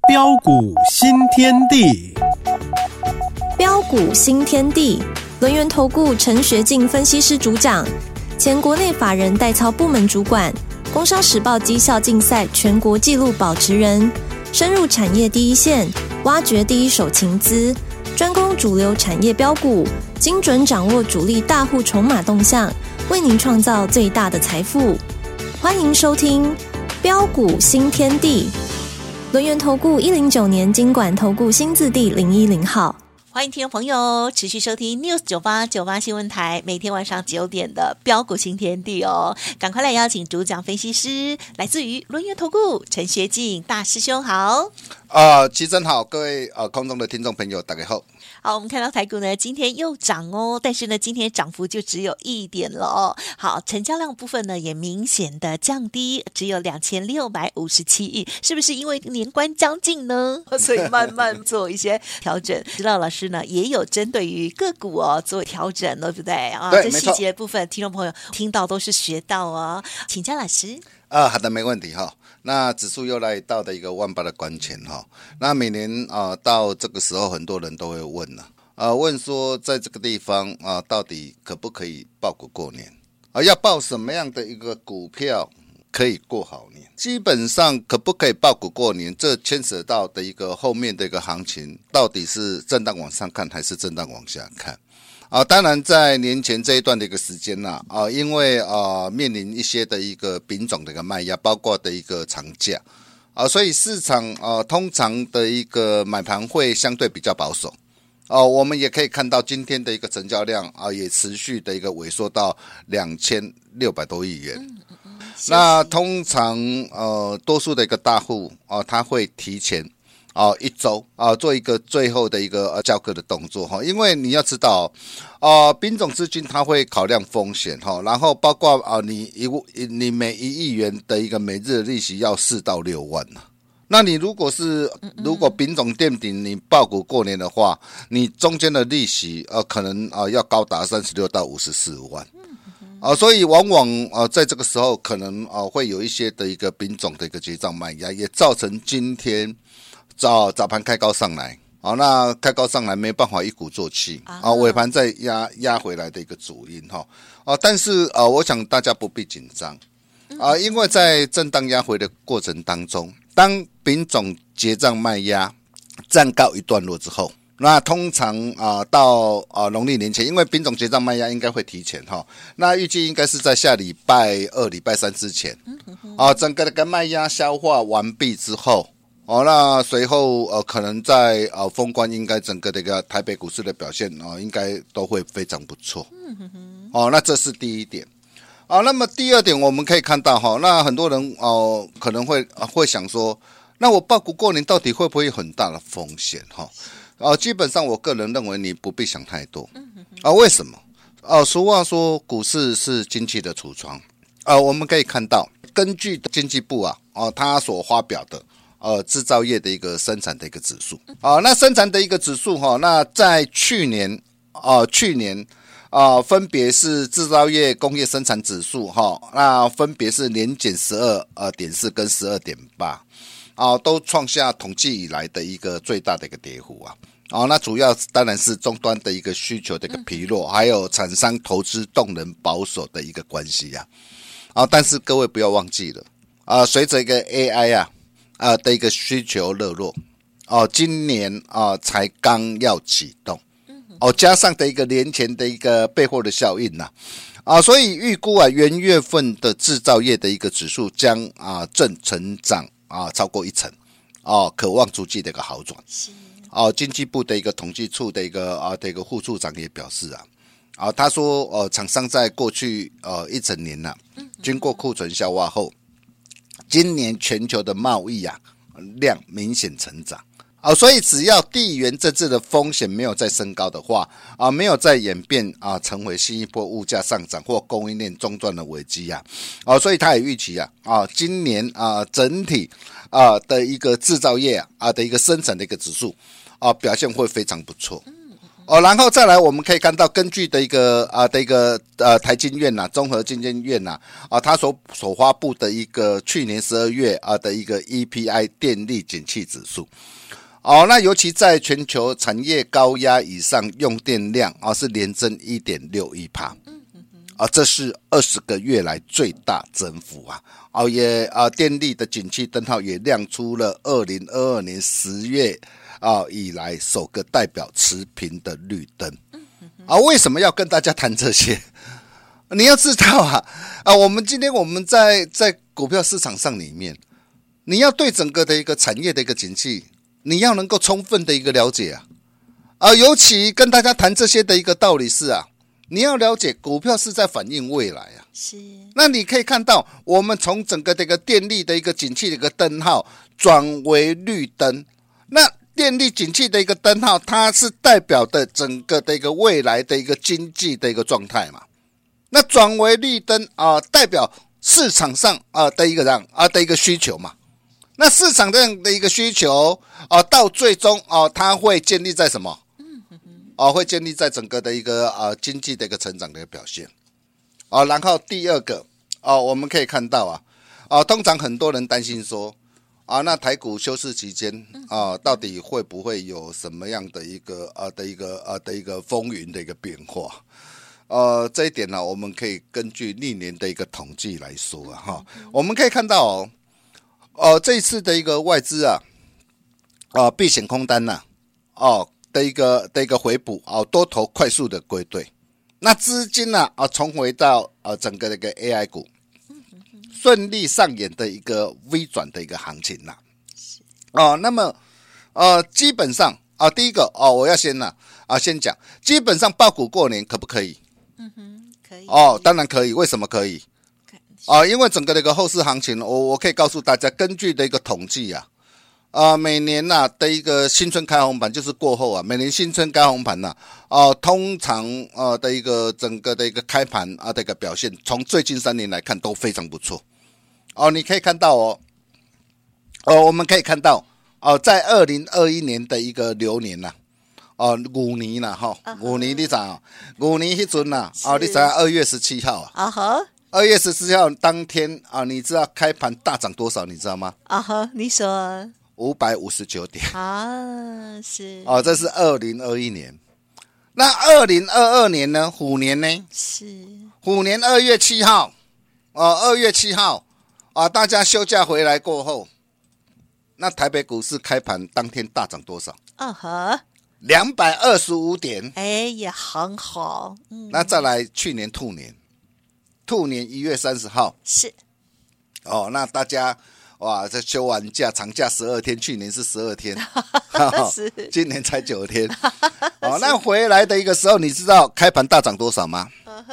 标股新天地， 标股新天地，轮源投顾陈学进分析师主讲，前国内法人代操部门主管，工商时报绩效竞赛全国纪录保持人，深入产业第一线，挖掘第一手情资，专攻主流产业标股，精准掌握主力大户筹码动向，为您创造最大的财富。欢迎收听标股新天地，轮源投顾109年金管投顾新字第010号。 欢迎听众朋友持续收听 News 9898新闻台，每天晚上9点的标股新天地哦，赶快来邀请主讲分析师，来自于轮源投顾陈学进大师兄好。 齐真好，各位空中的听众朋友大家好。 好，我们看到台股呢今天又涨哦，但是呢今天涨幅就只有1点了哦。好，成交量部分呢也明显的降低，只有2657亿，是不是因为年关将近呢？所以慢慢做一些调整。知道老师呢也有针对于个股哦做调整，对不对啊？ 对， 这细节的部分听众朋友听到都是学到哦，请教老师。 好的，没问题哈。那指数又来到的一个18000的关前哈。那每年到这个时候，很多人都会问问说在这个地方到底可不可以抱股过年要抱什么样的一个股票可以过好年？基本上可不可以抱股过年，这牵涉到的一个后面的一个行情，到底是震荡往上看还是震荡往下看？当然在年前这一段的一个时间因为面临一些的一个品种的一个卖压，包括的一个长假所以市场通常的一个买盘会相对比较保守我们也可以看到今天的一个成交量也持续的一个萎缩到2600多亿元。那通常多数的一个大户他会提前一周做一个最后的一个交割的动作因为你要知道品种资金它会考量风险然后包括你每1亿元的一个每日的利息要4到6万那你如果品种垫底，你抱股过年的话，你中间的利息可能要高达36到54万。所以往往在这个时候可能会有一些的一个品种的一个结账卖压，也造成今天早盘开高上来那开高上来没办法一鼓作气尾盘再压回来的一个主因但是我想大家不必紧张因为在震荡压回的过程当中，当品种结账卖压站高一段落之后，那通常到农历年前，因为品种结账卖压应该会提前那预计应该是在下礼拜2、礼拜3之前整个的卖压消化完毕之后那随后可能在封关，应该整个的一个台北股市的表现应该都会非常不错那这是第一点那么第二点我们可以看到那很多人可能会想说，那我抱股过年到底会不会有很大的风险基本上我个人认为你不必想太多为什么俗话说股市是经济的橱窗我们可以看到根据经济部他所发表的制造业的一个生产的一个指数那生产的一个指数那在去年分别是制造业工业生产指数那分别是年减12.4跟12.8都创下统计以来的一个最大的一个跌幅那主要当然是终端的一个需求的一个疲弱还有厂商投资动能保守的一个关系但是各位不要忘记了随着一个 AI 的一个需求热络今年才刚要启动加上的一个年前的一个备货的效应所以预估元月份的制造业的一个指数将正成长超过1成可望逐季的一个好转经济部的一个统计处的一个副处长也表示他说厂商在过去1整年经过库存消化后，今年全球的贸易量明显成长所以只要地缘政治的风险没有再升高的话没有再演变成为新一波物价上涨或供应链中断的危机所以他也预期今年整体的一个制造业的一个生产的一个指数表现会非常不错然后再来我们可以看到，根据的一个台经院综合经济院它所发布的一个去年12月的一个 EPI 电力景气指数。那尤其在全球产业高压以上用电量是连增 1.61%。这是20个月来最大增幅也电力的景气灯号也亮出了2022年10月以来首个代表持平的绿灯。为什么要跟大家谈这些？你要知道今天我们在股票市场上里面，你要对整个的一个产业的一个景气，你要能够充分的一个了解尤其跟大家谈这些的一个道理是你要了解股票是在反映未来是。 那你可以看到，我们从整个的一个电力的一个景气的一个灯号转为绿灯，那电力景气的一个灯号，它是代表的整个的一个未来的一个经济的一个状态嘛。那转为绿灯代表市场上的一个的一个需求嘛。那市场这样的一个需求到最终它会建立在什么？会建立在整个的一个经济的一个成长的一个表现。然后第二个我们可以看到通常很多人担心说那台股休市期间到底会不会有什么样的一个的一个风云的一个变化？这一点我们可以根据历年的一个统计来说我们可以看到这一次的一个外资避险空单的一个回补多头快速的归队，那资金重回到整个的一个 AI 股，顺利上演的一个 V 转的一个行情那么基本上第一个我要先讲，基本上抱股过年可不可以？ 可以当然可以。为什么可以？因为整个的一个后市行情，我可以告诉大家，根据的一个统计每年的一个新春开红盘就是过后每年新春开红盘通常的一个整个的一个开盘的一个表现，从最近3年来看都非常不错你可以看到我们可以看到在2021年的一个流年牛年牛年你知道牛年那阵你知道2月17号2月14号当天你知道开盘大涨多少？你知道吗？ 你说 559点是这是2021年。那2022年呢？虎年呢？ 是虎年2月7号2月7号大家休假回来过后，那台北股市开盘当天大涨多少？225点， 也很好。 那再来去年兔年1月30号是那大家这休完假长假12天，去年是12天今年才9天那回来的一个时候，你知道开盘大涨多少吗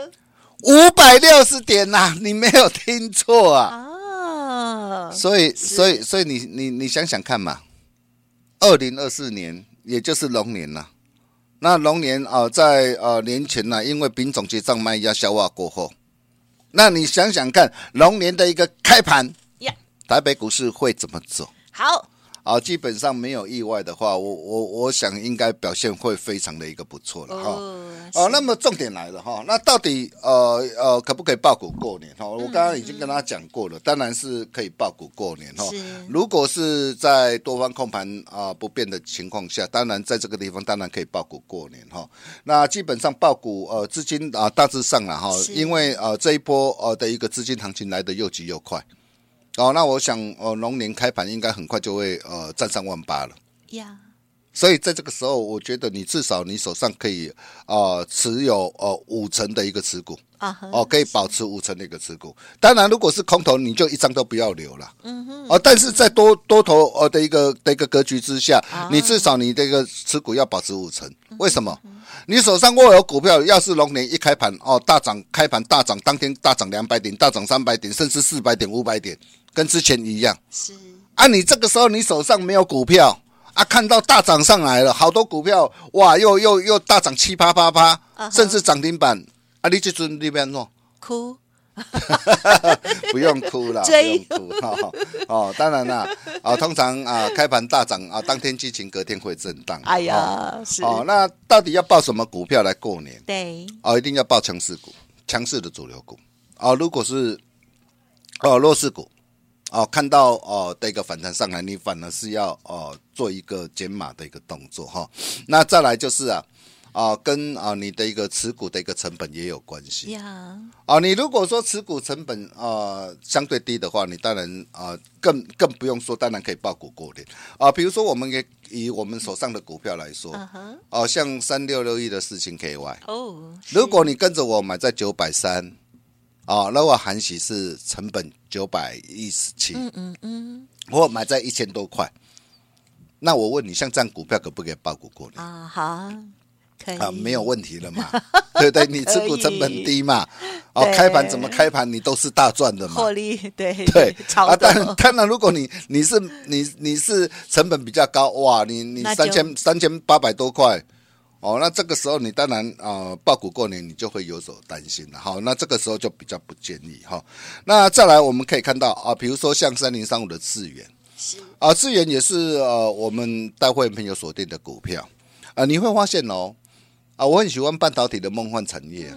？560点你没有听错所以你想想看嘛，2024年也就是龙年那龙年在年前因为丙种结账卖压消化过后，那你想想看龙年的一个开盘台北股市会怎么走？基本上没有意外的话，我想应该表现会非常的一个不错了那么重点来了那到底可不可以抱股过年我刚刚已经跟他讲过了，当然是可以抱股过年如果是在多方控盘不变的情况下，当然在这个地方当然可以抱股过年那基本上抱股资金大致上因为这一波的一个资金行情来得又急又快那我想龙年开盘应该很快就会站上18000了所以在这个时候，我觉得你至少你手上可以持有50%的一个持股可以保持50%的一个持股。当然如果是空头你就一张都不要留了但是在多头的一个格局之下你至少你这个持股要保持50%。为什么？你手上握有股票，要是龙年一开盘大涨，开盘大涨，当天大涨200点，大涨300点，甚至400点、500点，跟之前一样。 是你这个时候你手上没有股票看到大涨上来了，好多股票又大涨7%、8%，甚至涨停板你这阵你要怎么哭不用哭了，不用哭当然啦，通常开盘大涨当天激情，隔天会震荡。 哎呀，是那到底要报什么股票来过年？ 对， 一定要报强势股，强势的主流股。如果是弱势股，看到的一个反弹上来，你反而是要做一个减码的一个动作哈。那再来就是跟你的一个持股的一个成本也有关系呀。 你如果说持股成本相对低的话，你当然更不用说，当然可以抱股过年比如说我们以我们手上的股票来说，像3661的4000KY 如果你跟着我买在930那我含息是成本917，或买在1000多块，那我问你，像这样股票可不可以抱股过年好。 没有问题了嘛，对不对？你持股成本低嘛，开盘怎么开盘你都是大赚的嘛， 获利对当然，如果你是成本比较高，哇，你3800多块，那这个时候你当然抱股过年你就会有所担心了，好，那这个时候就比较不建议哈。那再来我们可以看到比如说像3035的智原，智原也是我们带会员朋友锁定的股票你会发现我很喜欢半导体的梦幻产业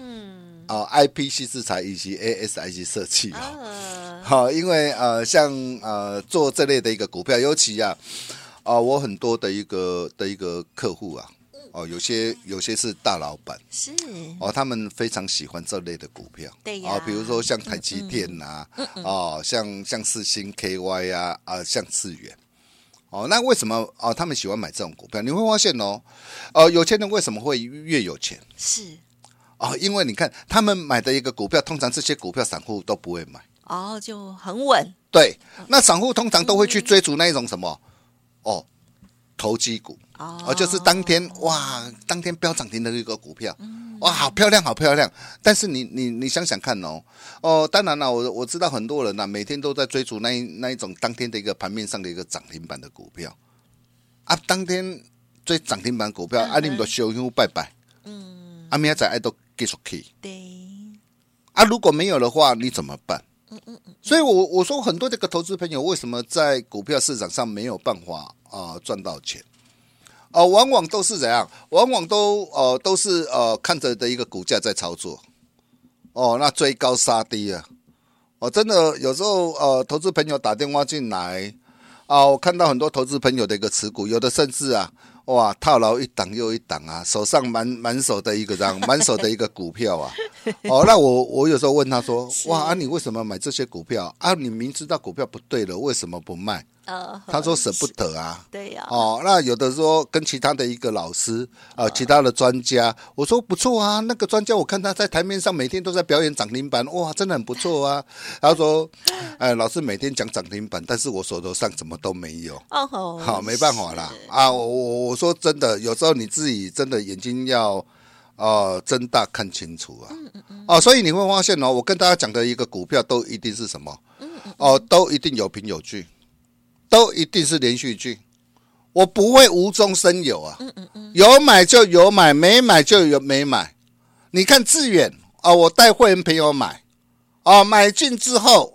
IPC 制裁以及 ASIC 设计因为像做这类的一个股票，尤其我很多的一个客户有些是大老板， 是他们非常喜欢这类的股票， 对呀比如说像台积电像世芯 KY 像智原那为什么他们喜欢买这种股票？你会发现有钱人为什么会越有钱？ 是因为你看他们买的一个股票，通常这些股票散户都不会买就很稳。 对，那散户通常都会去追逐那一种什么投机股就是当天飙涨停的一个股票哇，好漂亮好漂亮。但是你想想看当然了，我知道很多人每天都在追逐那一种当天的一个盘面上的一个涨停板的股票当天追涨停板股票你们就烧香拜拜明仔载爱都继续去对如果没有的话你怎么办？所以我说很多这个投资朋友为什么在股票市场上没有办法赚到钱往往都是怎样？往往都是看着的一个股价在操作那追高杀低真的有时候投资朋友打电话进来我看到很多投资朋友的一个持股，有的甚至哇套牢一档又一档手上满手的一个满手的一个股票那我有时候问他说，哇你为什么买这些股票你明知道股票不对了，为什么不卖？他说舍不得对呀那有的说跟其他的一个老师其他的专家，我说不错那个专家我看他在台面上每天都在表演涨停板，哇真的很不错他说老师每天讲涨停板，但是我手头上怎么都没有好没办法啦我说真的，有时候你自己真的眼睛要睁大看清楚所以你会发现我跟大家讲的一个股票都一定是什么都一定有凭有据，都一定是连续剧，我不会无中生有有买就有买，没买就有没买。你看智原我带会员朋友买买进之后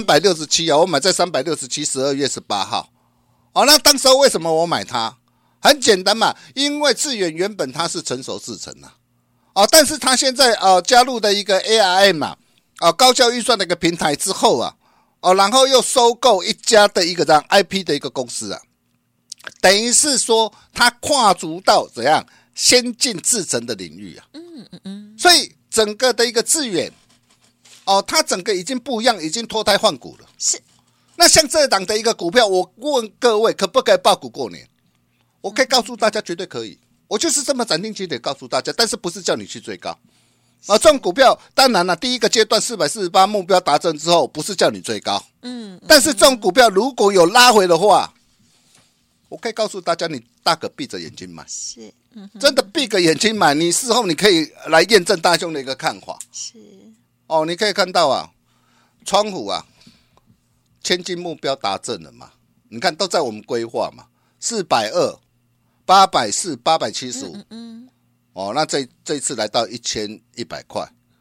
367我买在367 12月18号那当时候为什么我买它？很简单嘛，因为智原原本它是成熟制程但是它现在加入的一个 ARM 高效运算的一个平台之后然后又收购一家的一个这样 IP 的一个公司等于是说它跨足到怎样先进制程的领域所以整个的一个智原它整个已经不一样，已经脱胎换骨了。 是， 那像这档的一个股票，我问各位可不可以抱股过年？我可以告诉大家，绝对可以。我就是这么斩钉截铁告诉大家，但是不是叫你去追高这种股票当然了，第一个阶段448目标达成之后，不是叫你追高但是这种股票如果有拉回的话，我可以告诉大家，你大可闭着眼睛买， 是真的闭个眼睛买，你事后你可以来验证大兄的一个看法。 是你可以看到川股千金目标达成了嘛？你看都在我们规划嘛，420、840、875那这一次来到1100块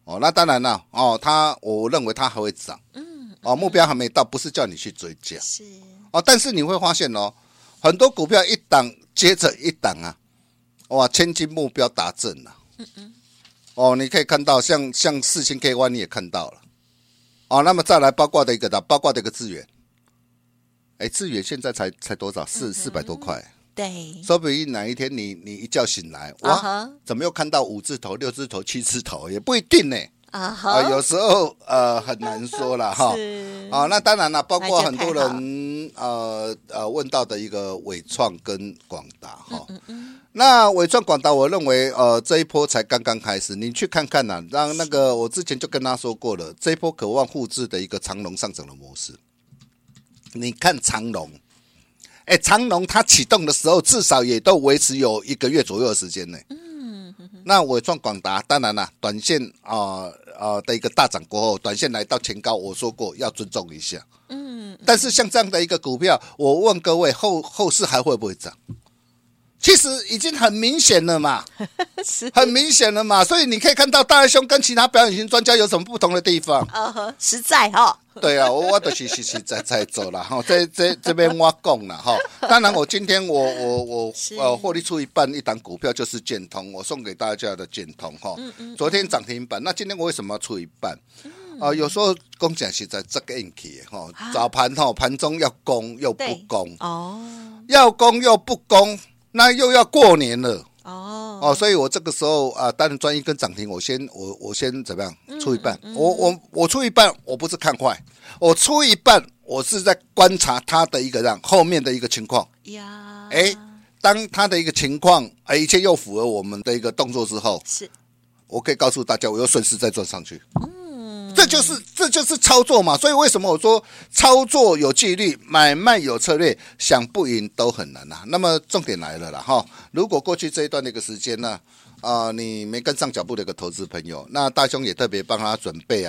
那当然了我认为它还会涨，目标还没到，不是叫你去追价， 是但是你会发现很多股票一档接着一档啊，哇，千金目标达阵了，你可以看到像世芯 K1 你也看到了，那么再来包括的一个智原，智原现在才多少？400多块。 对， 说不定哪一天你一觉醒来，哇，怎么又看到5字头、6字头、7字头，也不一定呢。有时候很难说了哈。那当然了，包括很多人问到的一个伟创跟广达哈。那伟创广达，我认为这一波才刚刚开始，你去看看呐，让那个我之前就跟他说过了，这一波渴望复制的一个长荣上涨的模式。你看长荣。长荣它启动的时候，至少也都维持有1个月左右的时间呢。那伟创广达，当然啦，短线的一个大涨过后，短线来到前高，我说过要尊重一下。但是像这样的一个股票，我问各位，后市还会不会涨？其实已经很明显了嘛，很明显了嘛，所以你可以看到大兄跟其他表演型专家有什么不同的地方？ 实在哈。 对啊，我都是实在走了哈，这边我讲了哈。当然，我今天我获利出一半，一档股票就是建通，我送给大家的建通哈。昨天涨停板，那今天我为什么要出一半？有时候讲讲实在这个运气哈，早盘盘中要攻又不攻，要攻又不攻。那又要过年了所以我这个时候当然专一跟涨停，我先怎么样出一半？我出一半，我不是看坏，我出一半，我是在观察它的一个后面的一个情况呀。当它的一个情况一切又符合我们的一个动作之后，是我可以告诉大家，我又顺势再赚上去。这就是操作嘛，所以为什么我说操作有纪律，买卖有策略，想不赢都很难啊。那么重点来了啦哈，如果过去这一段的一个时间呢，你没跟上脚步的一个投资朋友，那大兄也特别帮他准备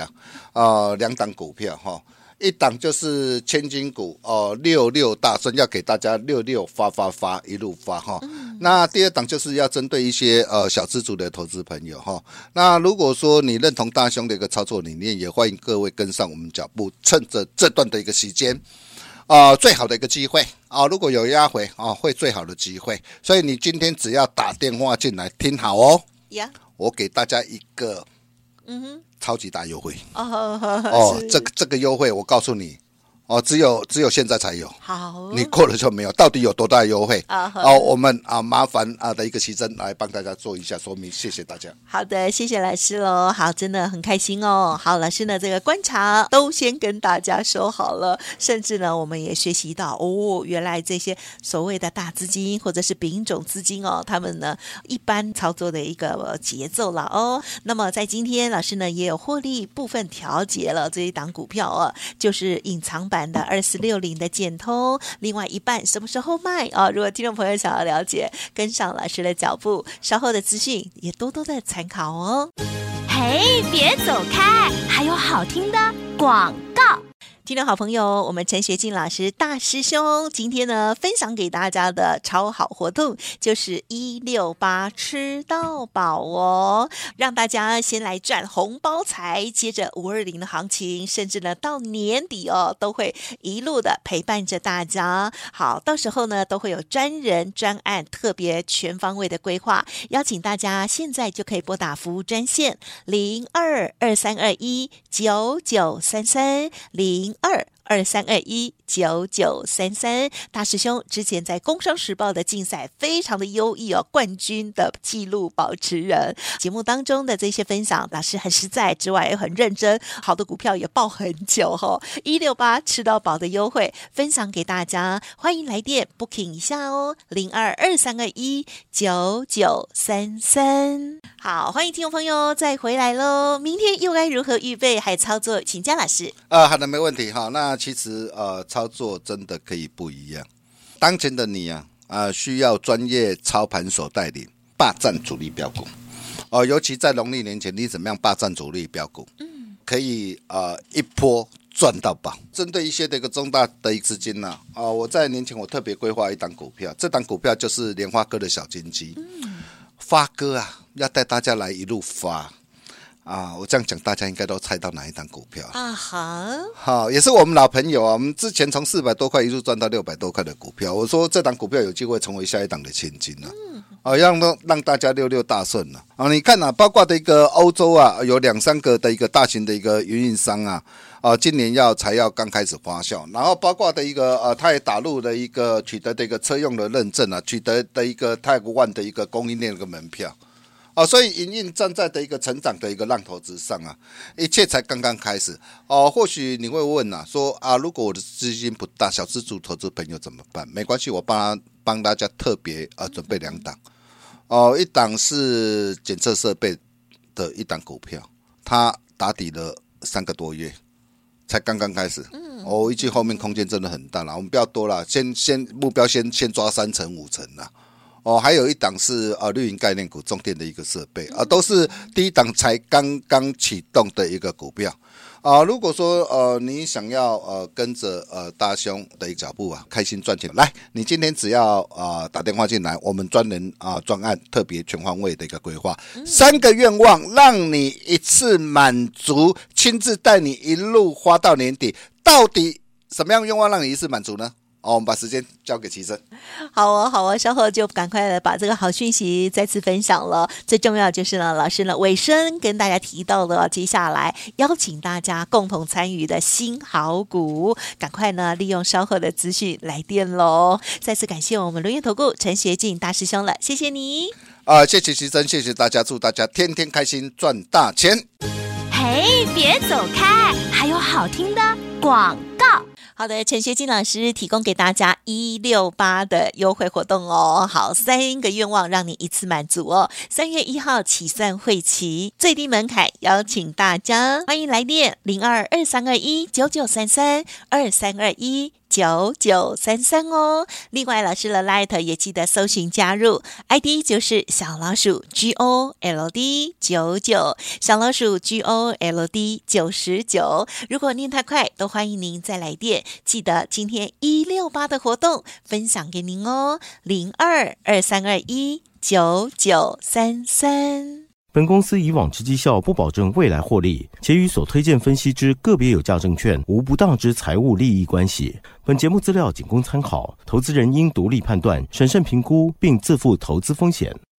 2档股票哈。一档就是千金股66大顺，要给大家66发一路发哈。那第二档就是要针对一些小资族的投资朋友哈。那如果说你认同大兄的一个操作理念，也欢迎各位跟上我们脚步，趁着这段的一个时间最好的一个机会如果有压回会最好的机会。所以你今天只要打电话进来，听好我给大家一个超级大优惠这个优惠我告诉你只有现在才有，好，你过了就没有。到底有多大的优惠我们麻烦的一个奇珍来帮大家做一下说明，谢谢大家。 好的，谢谢老师喽。好，真的很开心哦。好，老师呢这个观察都先跟大家说好了，甚至呢我们也学习到原来这些所谓的大资金或者是丙种资金他们呢一般操作的一个节奏了那么在今天老师呢也有获利部分调节了这一档股票就是隐藏版的2460的建通，另外一半什么时候卖如果听众朋友想要了解，跟上老师的脚步，稍后的资讯也多多的参考嘿，别走开，还有好听的广告。 听众好朋友，我们陈学进老师大师兄今天呢分享给大家的超好活动就是168吃到饱让大家先来赚红包财，接着520的行情，甚至呢到年底都会一路的陪伴着大家。好，到时候呢都会有专人专案特别全方位的规划，邀请大家现在就可以拨打服务专线0223219933 0223219933。大师兄之前在工商时报的竞赛非常的优异冠军的纪录保持人。节目当中的这些分享，老师很实在之外也很认真，好的股票也抱很久168吃到饱的优惠分享给大家，欢迎来电 booking 一下0223219933。好，欢迎听众朋友再回来咯，明天又该如何预备还操作，请教老师。 好的，没问题哈。那其实操作真的可以不一样。当前的你需要专业操盘手带领，霸占主力标股尤其在农历年前，你怎么样霸占主力标股？可以一波赚到宝。针对一些的一个中大的一个资金我在年前我特别规划一档股票，这档股票就是莲花哥的小金鸡。发哥要带大家来一路发我这样讲，大家应该都猜到哪一档股票啊哈？ 好，也是我们老朋友啊。我们之前从400多块一路赚到600多块的股票，我说这档股票有机会成为下一档的千金啊。让大家六六大顺了啊！你看啊，包括的一个欧洲啊，有2-3个的一个大型的一个营运商啊，今年才要刚开始发酵，然后包括的一个它也打入了一个取得的一个车用的认证啊，取得的一个泰国湾的一个供应链的一个门票。所以营运站在的一个成长的一个浪头之上啊，一切才刚刚开始或许你会问说如果我的资金不大，小资族投资朋友怎么办？没关系，我帮大家特别准备2档一档是检测设备的一档股票，它打底了3个多月，才刚刚开始。预计后面空间真的很大了，我们不要多了，先目标先抓3成5成啦。还有一档是绿营概念股重电的一个设备都是第一档才刚刚启动的一个股票如果说你想要跟着大兄的一个脚步开心赚钱，来，你今天只要打电话进来，我们专人专案特别全方位的一个规划，3个愿望让你一次满足，亲自带你一路花到年底。到底什么样的愿望让你一次满足呢？我们把时间交给齐生。 好哦，稍后就赶快的把这个好讯息再次分享了。最重要就是呢，老师呢尾声跟大家提到了接下来邀请大家共同参与的新好股，赶快呢利用稍后的资讯来电咯。再次感谢我们轮元投顾陈学进大师兄了，谢谢你。 谢谢齐生，谢谢大家，祝大家天天开心赚大钱。 嘿，别走开，还有好听的广告。 好的，陈学进老师提供给大家168的优惠活动哦。好，3个愿望让你一次满足哦。3月1号起算会期，最低门槛，邀请大家欢迎来电022321993323219933哦。另外，老师的 Light 也记得搜寻加入 ，ID 就是小老鼠 GOLD99， 小老鼠 GOLD99。如果念太快，都欢迎您再来电。记得今天168的活动分享给您哦，0223219933。 本公司以往之绩效不保证未来获利，且与所推荐分析之个别有价证券无不当之财务利益关系。本节目资料仅供参考，投资人应独立判断、审慎评估，并自负投资风险。